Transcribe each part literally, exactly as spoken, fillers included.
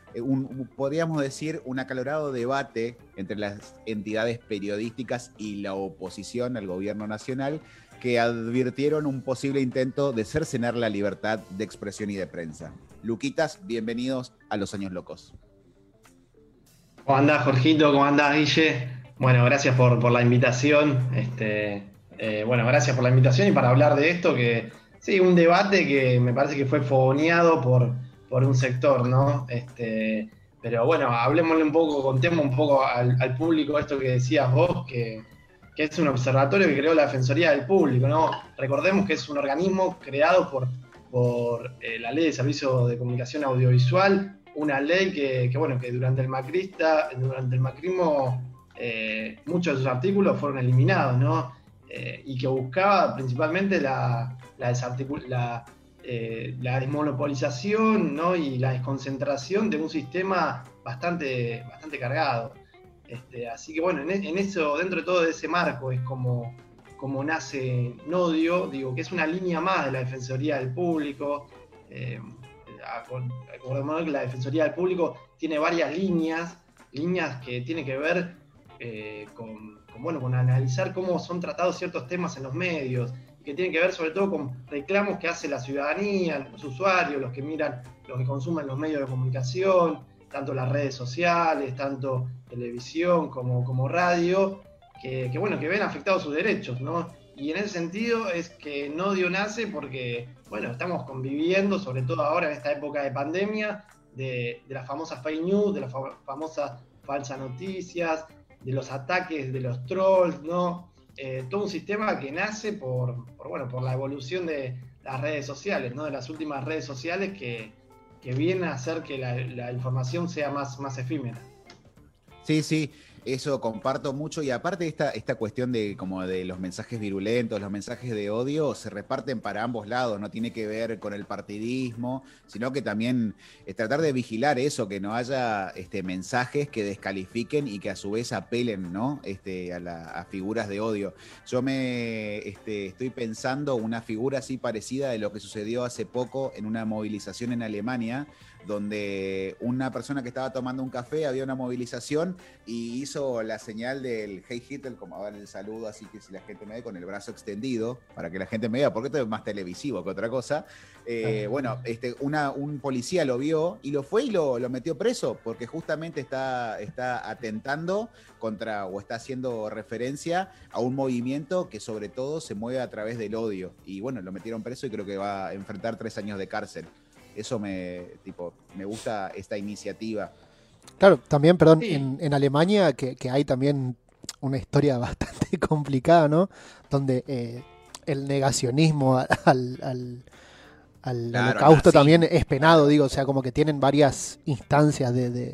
un, un, podríamos decir, un acalorado debate entre las entidades periodísticas y la oposición al gobierno nacional, que advirtieron un posible intento de cercenar la libertad de expresión y de prensa. Luquitas, bienvenidos a Los Años Locos. ¿Cómo andás, Jorgito? ¿Cómo andás, Guille? Bueno, gracias por, por la invitación. Este, eh, bueno, gracias por la invitación y para hablar de esto, que sí, un debate que me parece que fue fogoneado por, por un sector, ¿no? Este, pero bueno, hablemosle un poco, contemos un poco al, al público esto que decías vos, que, que es un observatorio que creó la Defensoría del Público, ¿no? Recordemos que es un organismo creado por, por eh, la Ley de Servicio de Comunicación Audiovisual, una ley que, que, bueno, que durante el macrista, durante el macrismo, eh, muchos de sus artículos fueron eliminados, ¿no? Eh, y que buscaba principalmente la, la, la, eh, la desmonopolización, ¿no? Y la desconcentración de un sistema bastante, bastante cargado. Este, así que bueno, en, en eso, dentro de todo ese marco, es como, como nace Nodio, digo, que es una línea más de la Defensoría del Público. Eh, Acordémonos que la Defensoría del Público tiene varias líneas, líneas que tienen que ver eh, con, con, bueno, con analizar cómo son tratados ciertos temas en los medios, y que tienen que ver sobre todo con reclamos que hace la ciudadanía, los usuarios, los que miran, los que consumen los medios de comunicación, tanto las redes sociales, tanto televisión como, como radio, que, que, bueno, que ven afectados sus derechos, ¿no? Y en ese sentido es que Nodio nace porque, bueno, estamos conviviendo, sobre todo ahora en esta época de pandemia, de, de las famosas fake news, de las fa famosas falsas noticias, de los ataques de los trolls, ¿no? Eh, todo un sistema que nace por, por, bueno, por la evolución de las redes sociales, ¿no? De las últimas redes sociales que, que vienen a hacer que la, la información sea más, más efímera. Sí, sí, eso comparto mucho, y aparte esta, esta cuestión de como de los mensajes virulentos, los mensajes de odio se reparten para ambos lados, no tiene que ver con el partidismo, sino que también es tratar de vigilar eso, que no haya este, mensajes que descalifiquen y que a su vez apelen, ¿no? este, a, la, a figuras de odio. Yo me este, estoy pensando una figura así parecida de lo que sucedió hace poco en una movilización en Alemania, donde una persona que estaba tomando un café, había una movilización y hizo la señal del Hey Hitler, como hagan el saludo, así que si la gente me ve con el brazo extendido, para que la gente me vea, porque esto es más televisivo que otra cosa. Eh, bueno, este, una, un policía lo vio y lo fue y lo, lo metió preso, porque justamente está, está atentando contra, o está haciendo referencia a un movimiento que sobre todo se mueve a través del odio. Y bueno, lo metieron preso y creo que va a enfrentar tres años de cárcel. Eso me, tipo, me gusta esta iniciativa. Claro, también, perdón, Sí. en, en Alemania, que, que hay también una historia bastante complicada, ¿no? Donde eh, el negacionismo al, al, al Claro, holocausto nazismo, también es penado, claro. digo, o sea, como que tienen varias instancias de, de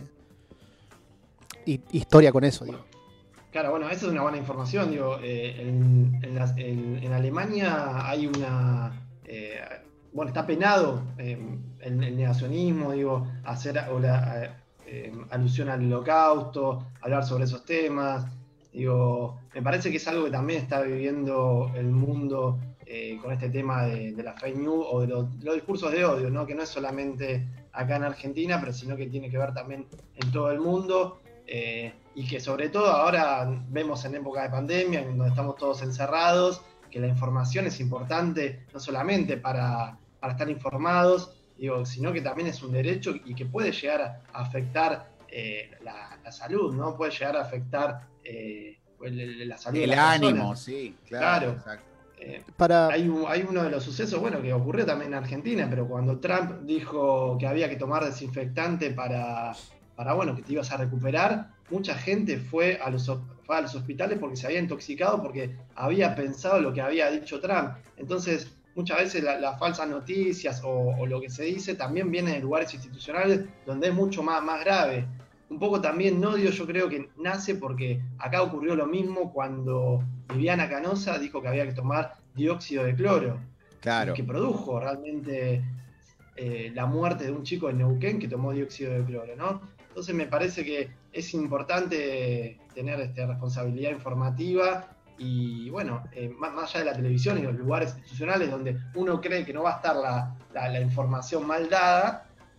hi- historia con eso, digo. Claro, bueno, esa es una buena información. Digo, eh, en, en, las- en- en Alemania hay una. eh, bueno, está penado eh, el, el negacionismo, digo, hacer o la, eh, alusión al holocausto, hablar sobre esos temas. Digo, me parece que es algo que también está viviendo el mundo eh, con este tema de, de la fake news o de, lo- de los discursos de odio, ¿no? Que no es solamente acá en Argentina, pero sino que tiene que ver también en todo el mundo. Eh, y que sobre todo ahora vemos en época de pandemia, en donde estamos todos encerrados, que la información es importante no solamente para, para estar informados, digo, sino que también es un derecho y que puede llegar a afectar eh, la, la salud, ¿no? Puede llegar a afectar eh, la salud de El las personas. ánimo, sí, claro, Claro. exacto. Eh, Para, hay, un, hay uno de los sucesos, bueno, que ocurrió también en Argentina, pero cuando Trump dijo que había que tomar desinfectante para, para bueno, que te ibas a recuperar, mucha gente fue a los, fue a los hospitales porque se había intoxicado, porque había pensado lo que había dicho Trump. Entonces, muchas veces las la falsas noticias o, o lo que se dice también viene de lugares institucionales donde es mucho más, más grave. Un poco también Nodio yo creo que nace porque acá ocurrió lo mismo cuando Viviana Canosa dijo que había que tomar dióxido de cloro y Claro. que produjo realmente eh, la muerte de un chico en Neuquén que tomó dióxido de cloro, ¿no? Entonces me parece que es importante tener este, responsabilidad informativa y bueno, eh, más, más allá de la televisión y los lugares institucionales donde uno cree que no va a estar la, la, la información mal dada,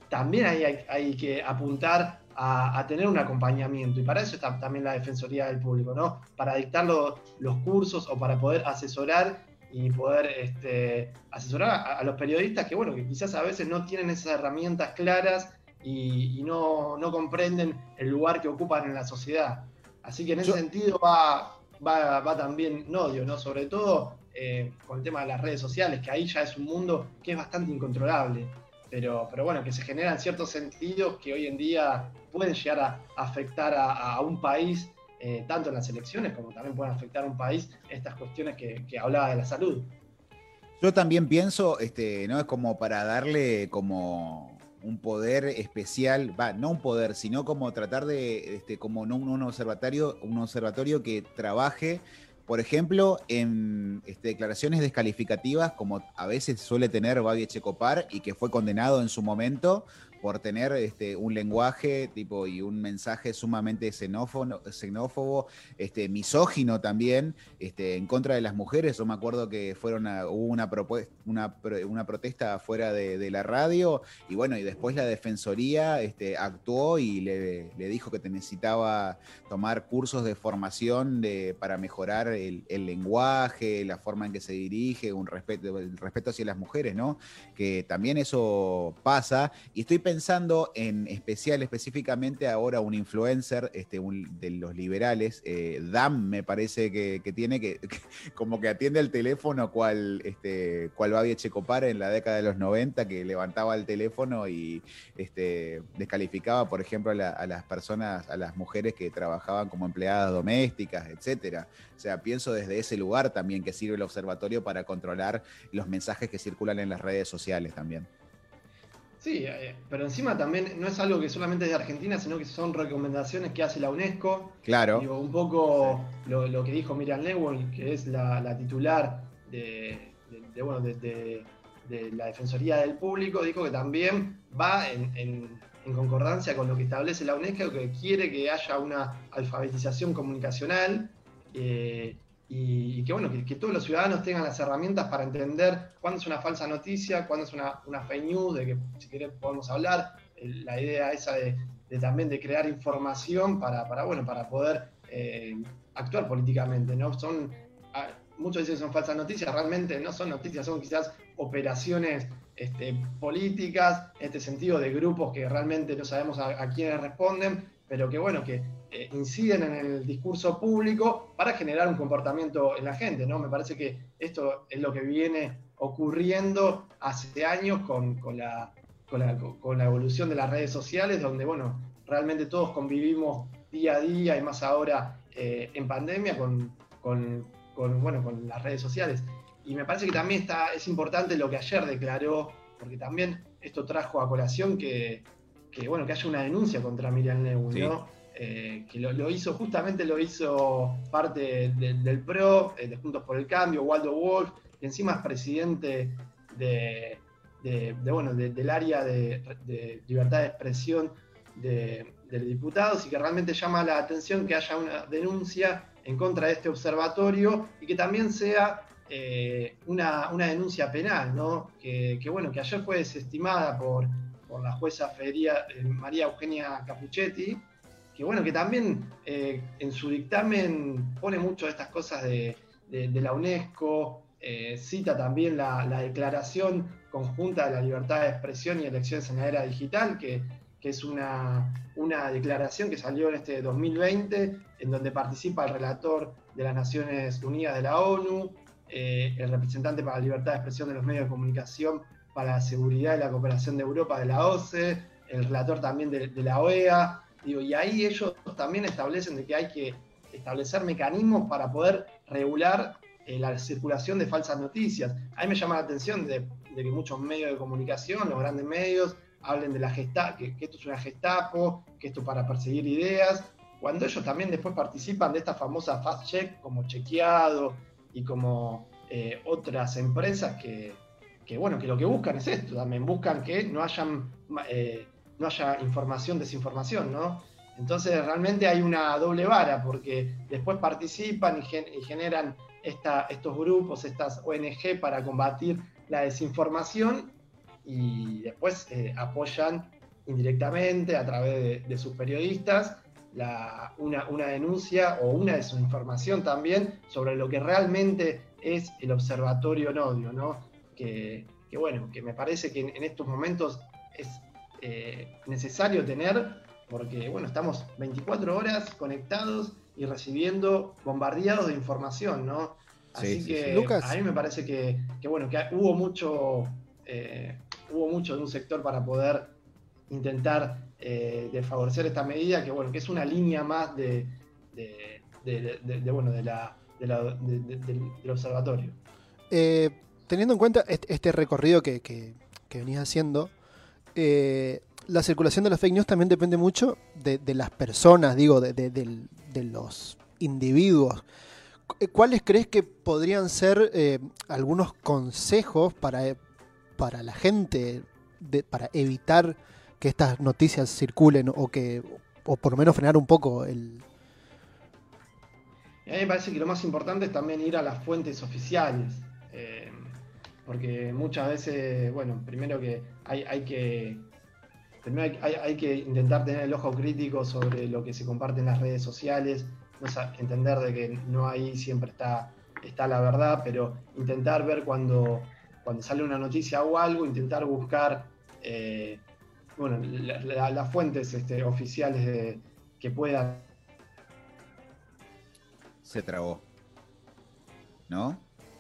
también hay, hay, hay que apuntar a, a tener un acompañamiento, y para eso está también la Defensoría del Público, ¿no? Para dictar lo, los cursos o para poder asesorar y poder este, asesorar a, a los periodistas que, bueno, que quizás a veces no tienen esas herramientas claras y, y no, no comprenden el lugar que ocupan en la sociedad. Así que en ese Yo... sentido va, va, va también Nodio, ¿no? Sobre todo eh, con el tema de las redes sociales, que ahí ya es un mundo que es bastante incontrolable. Pero, pero bueno, que se generan ciertos sentidos que hoy en día pueden llegar a afectar a, a un país, eh, tanto en las elecciones como también pueden afectar a un país estas cuestiones que, que hablaba de la salud. Yo también pienso, este, ¿no? Es como para darle como un poder especial, va, no un poder, sino como tratar de, este, como no un, un observatorio, un observatorio que trabaje, por ejemplo, en este, declaraciones descalificativas, como a veces suele tener Babi Echecopar, y que fue condenado en su momento por tener este, un lenguaje tipo y un mensaje sumamente xenófobo, xenófobo este, misógino también, este, en contra de las mujeres. Yo me acuerdo que fueron a, hubo una, propuesta, una, una protesta afuera de, de la radio, y bueno, y después la Defensoría este, actuó y le, le dijo que te necesitaba tomar cursos de formación de, para mejorar el, el lenguaje, la forma en que se dirige, un respeto, el respeto hacia las mujeres, ¿no? Que también eso pasa, y estoy pensando en especial, específicamente ahora un influencer este, un, de los liberales, eh, Dam me parece que, que tiene, que, que como que atiende el teléfono cual, este, cual Babi Echecopar en la década de los noventa, que levantaba el teléfono y este, descalificaba, por ejemplo, a, la, a las personas, a las mujeres que trabajaban como empleadas domésticas, etcétera. O sea, pienso desde ese lugar también que sirve el observatorio para controlar los mensajes que circulan en las redes sociales también. Sí, pero encima también no es algo que solamente es de Argentina, sino que son recomendaciones que hace la UNESCO. Claro. Digo, un poco sí. lo, lo que dijo Miriam Lewin, que es la, la titular de, de, de, bueno, de, de, de la Defensoría del Público, dijo que también va en, en, en concordancia con lo que establece la UNESCO, que quiere que haya una alfabetización comunicacional. Eh, Y, y que bueno, que, que todos los ciudadanos tengan las herramientas para entender cuándo es una falsa noticia, cuándo es una, una fake news, de que si querés podemos hablar, el, la idea esa de, de también de crear información para, para, bueno, para poder eh, actuar políticamente, ¿no? Son, a, muchos dicen que son falsas noticias, realmente no son noticias, son quizás operaciones este, políticas, en este sentido de grupos que realmente no sabemos a, a quiénes responden, pero que bueno, que eh, inciden en el discurso público para generar un comportamiento en la gente, ¿no? Me parece que esto es lo que viene ocurriendo hace años con, con, la, con, la, con la evolución de las redes sociales, donde, bueno, realmente todos convivimos día a día, y más ahora eh, en pandemia, con, con, con, bueno, con las redes sociales. Y me parece que también está, es importante lo que ayer declaró, porque también esto trajo a colación que que bueno, que haya una denuncia contra Miriam Lewin, sí. ¿no? Eh, que lo, lo hizo, justamente lo hizo parte de, del P R O, eh, de Juntos por el Cambio, Waldo Wolf, que encima es presidente de, de, de, bueno, de, del área de, de libertad de expresión de, de diputados, y que realmente llama la atención que haya una denuncia en contra de este observatorio, y que también sea eh, una, una denuncia penal, ¿no? Que, que bueno, que ayer fue desestimada por por la jueza Federía, eh, María Eugenia Capuchetti, que bueno, que también eh, en su dictamen pone mucho de estas cosas de, de, de la UNESCO, eh, cita también la, la Declaración Conjunta de la Libertad de Expresión y Elecciones en la Era Digital, que, que es una, una declaración que salió en este dos mil veinte, en donde participa el relator de las Naciones Unidas de la ONU, eh, el representante para la libertad de expresión de los medios de comunicación para la seguridad y la cooperación de Europa de la O C E, el relator también de, de la O E A, digo, y ahí ellos también establecen de que hay que establecer mecanismos para poder regular eh, la circulación de falsas noticias. A mí me llama la atención de, de que muchos medios de comunicación, los grandes medios, hablen de la Gestapo, que, que esto es una Gestapo, que esto es para perseguir ideas, cuando ellos también después participan de esta famosa fast check, como Chequeado y como eh, otras empresas que que bueno, que lo que buscan es esto, también buscan que no hayan, eh, no haya información, desinformación, ¿no? Entonces realmente hay una doble vara, porque después participan y, gen y generan esta, estos grupos, estas O N G para combatir la desinformación, y después eh, apoyan indirectamente, a través de, de sus periodistas, la, una, una denuncia o una desinformación también sobre lo que realmente es el Observatorio Nodio, ¿no? Que, que bueno, que me parece que en, en estos momentos es eh, necesario tener, porque bueno, estamos veinticuatro horas conectados y recibiendo, bombardeados de información, ¿no? Así Sí, sí, que sí. Lucas. a mí me parece que, que bueno, que hubo mucho, eh, hubo mucho de un sector para poder intentar eh, de favorecer esta medida, que bueno, que es una línea más de, de, de, de, de bueno, de la, de la de, de, del observatorio. Eh, teniendo en cuenta este, este recorrido que, que, que venís haciendo, eh, la circulación de las fake news también depende mucho de, de las personas, digo, de, de, de, de los individuos. ¿Cuáles crees que podrían ser eh, algunos consejos para, para la gente, de, para evitar que estas noticias circulen o que o por lo menos frenar un poco el... Y a mí me parece que lo más importante es también ir a las fuentes oficiales, eh, porque muchas veces, bueno, primero que hay, hay que primero hay, hay que intentar tener el ojo crítico sobre lo que se comparte en las redes sociales, no, entender de que no ahí siempre está, está la verdad, pero intentar ver cuando, cuando sale una noticia o algo, intentar buscar eh, bueno, la, la, las fuentes este, oficiales de, que puedan. Se trabó, ¿no?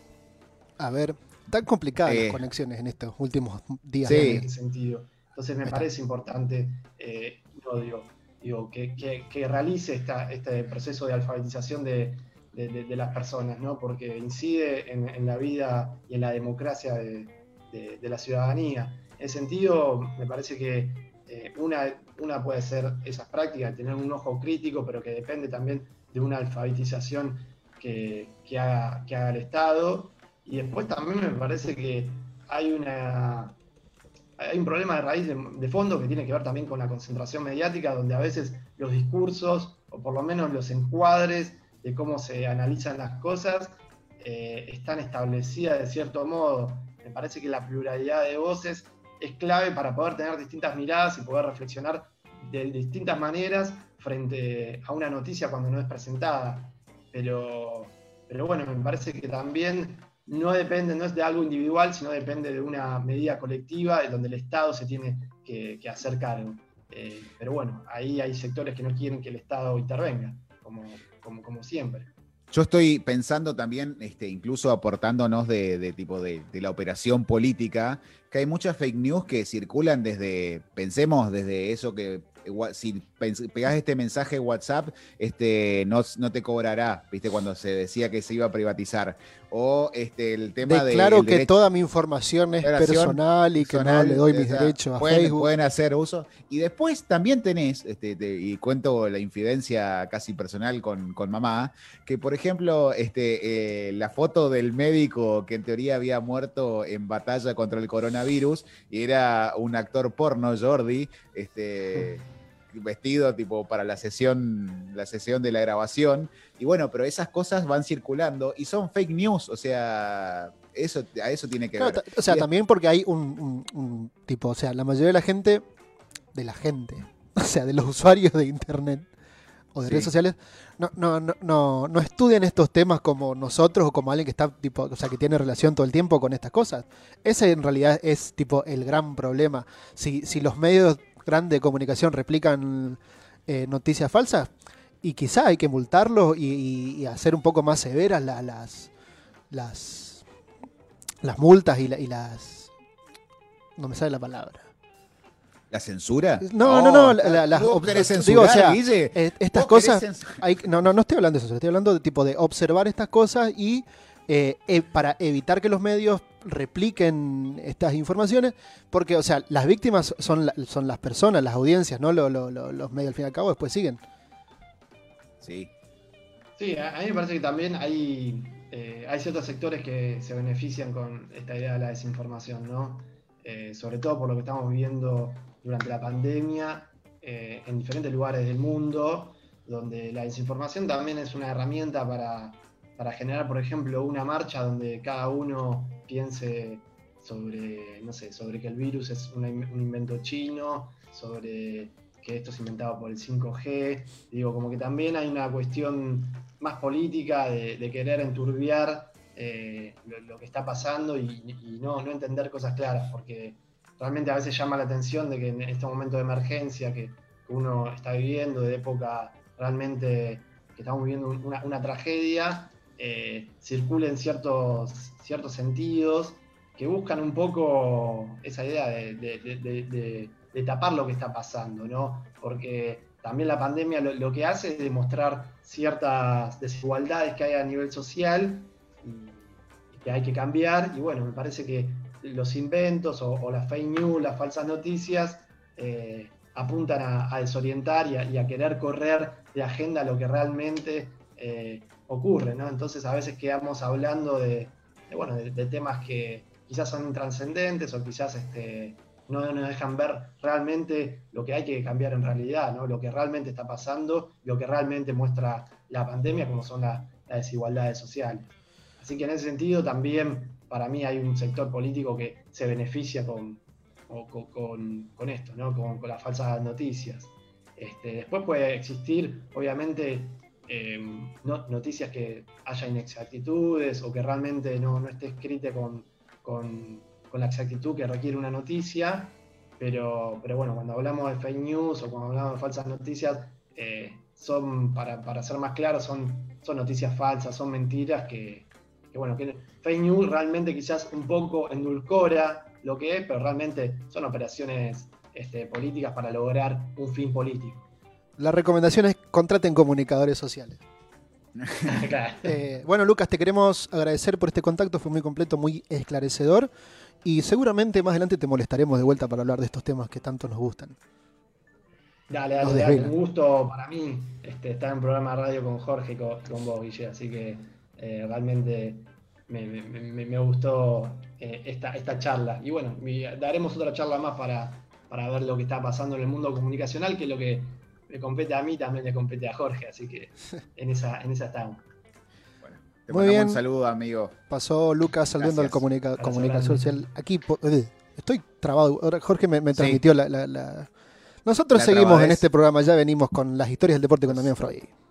A ver, tan complicadas Eh, las conexiones en estos últimos días. Sí. En ese sentido. Entonces me Ahí parece está. importante, eh, no, digo, digo, que, que, que realice esta, este proceso de alfabetización de, de, de, de las personas, ¿no? Porque incide en, en la vida y en la democracia de, de, de la ciudadanía. En ese sentido, me parece que eh, una, una puede ser esas prácticas, tener un ojo crítico, pero que depende también de una alfabetización que, que, haga, que haga el Estado. Y después también me parece que hay una... hay un problema de raíz de, de fondo que tiene que ver también con la concentración mediática, donde a veces los discursos, o por lo menos los encuadres de cómo se analizan las cosas, eh, están establecidas de cierto modo. Me parece que la pluralidad de voces es clave para poder tener distintas miradas y poder reflexionar de distintas maneras frente a una noticia cuando no es presentada. Pero, pero bueno, me parece que también no depende, no es de algo individual, sino depende de una medida colectiva en donde el Estado se tiene que, que hacer cargo. Eh, pero bueno, ahí hay sectores que no quieren que el Estado intervenga, como, como, como siempre. Yo estoy pensando también, este, incluso aportándonos de, de tipo de, de la operación política, que hay muchas fake news que circulan desde, pensemos, desde eso que si pegás este mensaje WhatsApp, este, no, no te cobrará, ¿viste? Cuando se decía que se iba a privatizar. O este, el tema de... Declaro que derecho, toda mi información es personal y personal, que no le doy o mis sea, derechos a pueden, Facebook. Pueden hacer uso. Y después también tenés, este, te, y cuento la infidencia casi personal con, con mamá, que por ejemplo, este, eh, la foto del médico que en teoría había muerto en batalla contra el coronavirus, y era un actor porno, Jordi, este... vestido tipo para la sesión, la sesión de la grabación, y bueno, pero esas cosas van circulando y son fake news, o sea, eso, a eso tiene que Claro, ver. o sea, y también porque hay un, un, un tipo, o sea, la mayoría de la gente, de la gente, o sea, de los usuarios de internet o de sí. redes sociales, no, no, no, no, no estudian estos temas como nosotros o como alguien que está tipo, o sea, que tiene relación todo el tiempo con estas cosas. Ese en realidad es tipo el gran problema. Si, si los medios grandes de comunicación replican eh, noticias falsas, y quizá hay que multarlos y, y, y hacer un poco más severas la, las las las multas y, la, y las no me sale la palabra. ¿La censura? No, oh, no, no, la, la, las ¿Vos querés censurar, digo, o sea, Guille? eh, estas cosas Cens- hay, no, no, no estoy hablando de eso, estoy hablando de tipo de observar estas cosas y eh, eh, para evitar que los medios repliquen estas informaciones, porque, o sea, las víctimas son, la, son las personas, las audiencias, no lo, lo, lo, los medios al fin y al cabo después siguen. Sí. Sí, a, a mí me parece que también hay, eh, hay ciertos sectores que se benefician con esta idea de la desinformación, ¿no? Eh, sobre todo por lo que estamos viviendo durante la pandemia eh, en diferentes lugares del mundo, donde la desinformación también es una herramienta para, para generar, por ejemplo, una marcha donde cada uno piense sobre, no sé, sobre que el virus es una, un invento chino, sobre que esto es inventado por el cinco G. Digo, como que también hay una cuestión más política de, de querer enturbiar eh, lo, lo que está pasando y, y no, no entender cosas claras, porque realmente a veces llama la atención de que en este momento de emergencia que, que uno está viviendo, de época realmente que estamos viviendo una, una tragedia, eh, circulen ciertos, ciertos sentidos que buscan un poco esa idea de, de, de, de, de, de tapar lo que está pasando, ¿no? Porque también la pandemia lo, lo que hace es demostrar ciertas desigualdades que hay a nivel social y, y que hay que cambiar. Y bueno, me parece que los inventos o, o las fake news, las falsas noticias, eh, apuntan a, a desorientar y a, y a querer correr de agenda lo que realmente eh, ocurre, ¿no? Entonces a veces quedamos hablando de, de, bueno, de, de temas que quizás son intrascendentes o quizás este, no nos dejan ver realmente lo que hay que cambiar en realidad, ¿no? Lo que realmente está pasando, lo que realmente muestra la pandemia, como son la, las desigualdades sociales. Así que en ese sentido también para mí hay un sector político que se beneficia con, con, con, con esto, ¿no? Con, con las falsas noticias. Este, después puede existir, obviamente, eh, no, noticias que haya inexactitudes o que realmente no, no esté escrita con, con, con la exactitud que requiere una noticia, pero, pero bueno, cuando hablamos de fake news o cuando hablamos de falsas noticias, eh, son, para, para ser más claros, son, son noticias falsas, son mentiras que, que, bueno, que fake news realmente quizás un poco endulcora lo que es, pero realmente son operaciones este, políticas para lograr un fin político. La recomendación es contraten comunicadores sociales. Claro. eh, bueno, Lucas, te queremos agradecer por este contacto, fue muy completo, muy esclarecedor y seguramente más adelante te molestaremos de vuelta para hablar de estos temas que tanto nos gustan. Dale, dale, dale, un gusto para mí este, estar en un programa de radio con Jorge y con, con vos, Guille, así que eh, realmente me, me, me gustó eh, esta, esta charla. Y bueno, daremos otra charla más para, para ver lo que está pasando en el mundo comunicacional, que es lo que me compete a mí, también le compete a Jorge, así que en esa, en esa estamos. Bueno, te muy bien. Un saludo, amigo. Pasó Lucas Salduendo al comunica comunicación social. Aquí estoy trabado. Ahora Jorge me, me transmitió sí. la, la, la... Nosotros la seguimos trabadez. En este programa, ya venimos con las historias del deporte con Damián Freud.